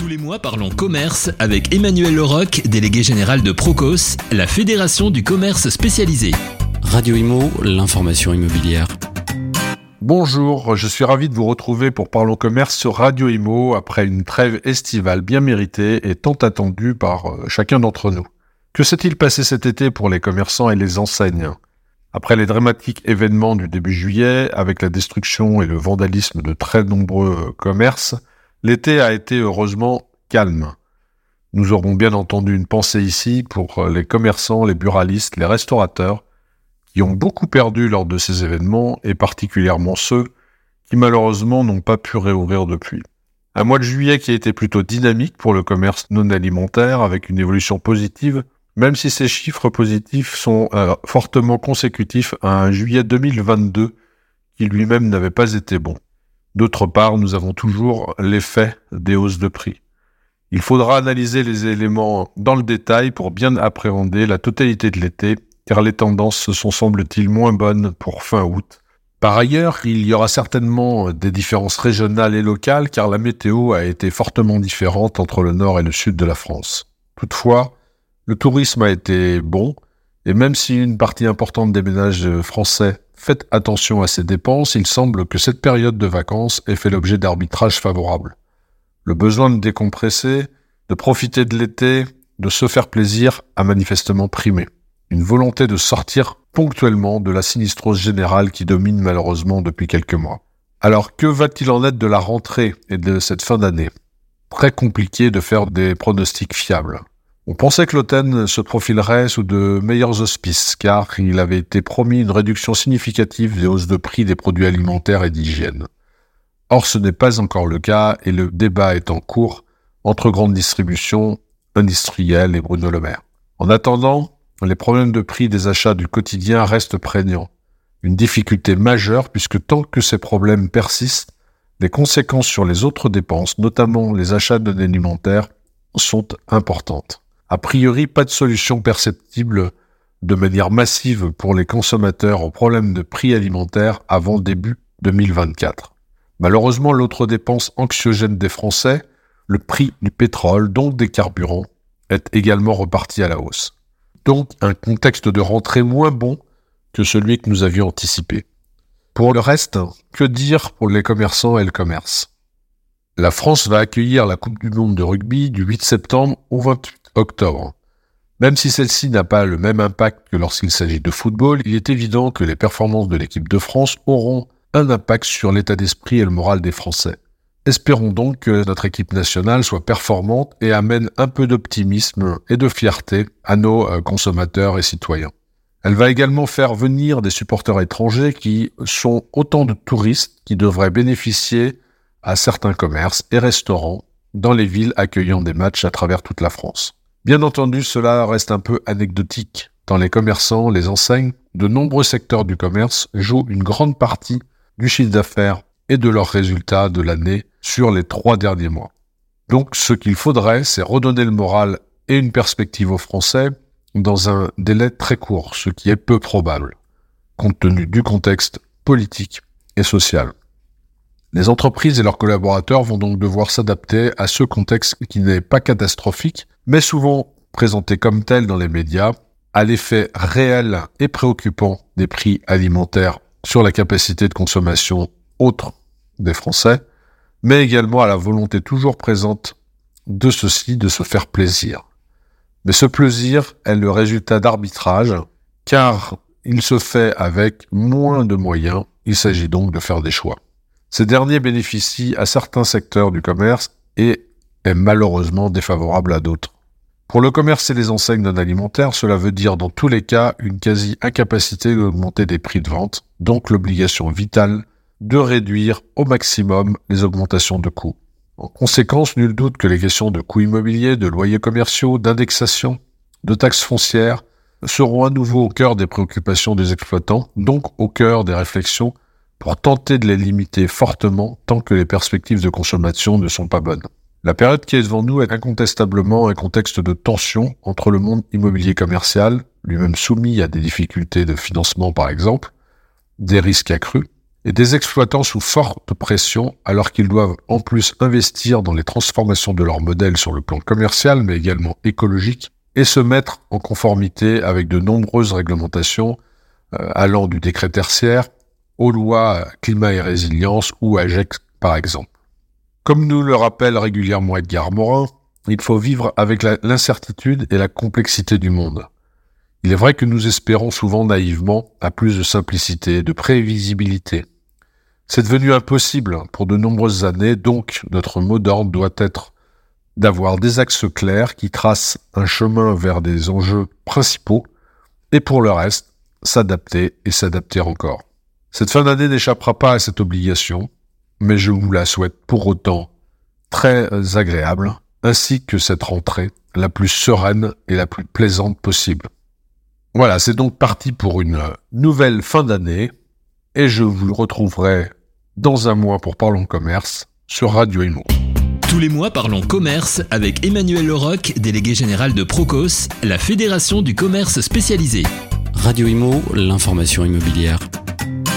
Tous les mois, parlons commerce avec Emmanuel Leroc, délégué général de Procos, la fédération du commerce spécialisé. Radio Imo, l'information immobilière. Bonjour, je suis ravi de vous retrouver pour Parlons Commerce sur Radio Imo après une trêve estivale bien méritée et tant attendue par chacun d'entre nous. Que s'est-il passé cet été pour les commerçants et les enseignes ? Après les dramatiques événements du début juillet, avec la destruction et le vandalisme de très nombreux commerces, l'été a été heureusement calme. Nous aurons bien entendu une pensée ici pour les commerçants, les buralistes, les restaurateurs, qui ont beaucoup perdu lors de ces événements, et particulièrement ceux qui malheureusement n'ont pas pu réouvrir depuis. Un mois de juillet qui a été plutôt dynamique pour le commerce non alimentaire, avec une évolution positive, même si ces chiffres positifs sont fortement consécutifs à un juillet 2022 qui lui-même n'avait pas été bon. D'autre part, nous avons toujours l'effet des hausses de prix. Il faudra analyser les éléments dans le détail pour bien appréhender la totalité de l'été, car les tendances se sont, semble-t-il, moins bonnes pour fin août. Par ailleurs, il y aura certainement des différences régionales et locales, car la météo a été fortement différente entre le nord et le sud de la France. Toutefois, le tourisme a été bon, et même si une partie importante des ménages français fait attention à ses dépenses, il semble que cette période de vacances ait fait l'objet d'arbitrages favorables. Le besoin de décompresser, de profiter de l'été, de se faire plaisir a manifestement primé. Une volonté de sortir ponctuellement de la sinistrose générale qui domine malheureusement depuis quelques mois. Alors que va-t-il en être de la rentrée et de cette fin d'année ? Très compliqué de faire des pronostics fiables. On pensait que l'automne se profilerait sous de meilleurs auspices, car il avait été promis une réduction significative des hausses de prix des produits alimentaires et d'hygiène. Or, ce n'est pas encore le cas, et le débat est en cours entre grande distribution, industrielle et Bruno Le Maire. En attendant, les problèmes de prix des achats du quotidien restent prégnants. Une difficulté majeure, puisque tant que ces problèmes persistent, les conséquences sur les autres dépenses, notamment les achats non alimentaires, sont importantes. A priori, pas de solution perceptible de manière massive pour les consommateurs aux problèmes de prix alimentaires avant début 2024. Malheureusement, l'autre dépense anxiogène des Français, le prix du pétrole, donc des carburants, est également reparti à la hausse. Donc, un contexte de rentrée moins bon que celui que nous avions anticipé. Pour le reste, que dire pour les commerçants et le commerce ? La France va accueillir la Coupe du Monde de rugby du 8 septembre au 28 octobre. Même si celle-ci n'a pas le même impact que lorsqu'il s'agit de football, il est évident que les performances de l'équipe de France auront un impact sur l'état d'esprit et le moral des Français. Espérons donc que notre équipe nationale soit performante et amène un peu d'optimisme et de fierté à nos consommateurs et citoyens. Elle va également faire venir des supporters étrangers qui sont autant de touristes qui devraient bénéficier à certains commerces et restaurants dans les villes accueillant des matchs à travers toute la France. Bien entendu, cela reste un peu anecdotique. Dans les commerçants, les enseignes, de nombreux secteurs du commerce jouent une grande partie du chiffre d'affaires et de leurs résultats de l'année sur les 3 derniers mois. Donc, ce qu'il faudrait, c'est redonner le moral et une perspective aux Français dans un délai très court, ce qui est peu probable, compte tenu du contexte politique et social. Les entreprises et leurs collaborateurs vont donc devoir s'adapter à ce contexte qui n'est pas catastrophique, mais souvent présenté comme tel dans les médias, à l'effet réel et préoccupant des prix alimentaires sur la capacité de consommation autre des Français, mais également à la volonté toujours présente de ceux-ci de se faire plaisir. Mais ce plaisir est le résultat d'arbitrage, car il se fait avec moins de moyens, il s'agit donc de faire des choix. Ces derniers bénéficient à certains secteurs du commerce et est malheureusement défavorable à d'autres. Pour le commerce et les enseignes non alimentaires, cela veut dire dans tous les cas une quasi-incapacité d'augmenter des prix de vente, donc l'obligation vitale de réduire au maximum les augmentations de coûts. En conséquence, nul doute que les questions de coûts immobiliers, de loyers commerciaux, d'indexation, de taxes foncières seront à nouveau au cœur des préoccupations des exploitants, donc au cœur des réflexions pour tenter de les limiter fortement tant que les perspectives de consommation ne sont pas bonnes. La période qui est devant nous est incontestablement un contexte de tension entre le monde immobilier commercial, lui-même soumis à des difficultés de financement par exemple, des risques accrus, et des exploitants sous forte pression alors qu'ils doivent en plus investir dans les transformations de leur modèle sur le plan commercial mais également écologique et se mettre en conformité avec de nombreuses réglementations allant du décret tertiaire aux lois climat et résilience ou AGEC par exemple. Comme nous le rappelle régulièrement Edgar Morin, il faut vivre avec l'incertitude et la complexité du monde. Il est vrai que nous espérons souvent naïvement à plus de simplicité, de prévisibilité. C'est devenu impossible pour de nombreuses années, donc notre mot d'ordre doit être d'avoir des axes clairs qui tracent un chemin vers des enjeux principaux et pour le reste, s'adapter et s'adapter encore. Cette fin d'année n'échappera pas à cette obligation, mais je vous la souhaite pour autant très agréable, ainsi que cette rentrée la plus sereine et la plus plaisante possible. Voilà, c'est donc parti pour une nouvelle fin d'année, et je vous retrouverai dans un mois pour Parlons Commerce sur Radio Imo. Tous les mois, Parlons Commerce avec Emmanuel Leroc, délégué général de Procos, la fédération du commerce spécialisé. Radio Imo, l'information immobilière.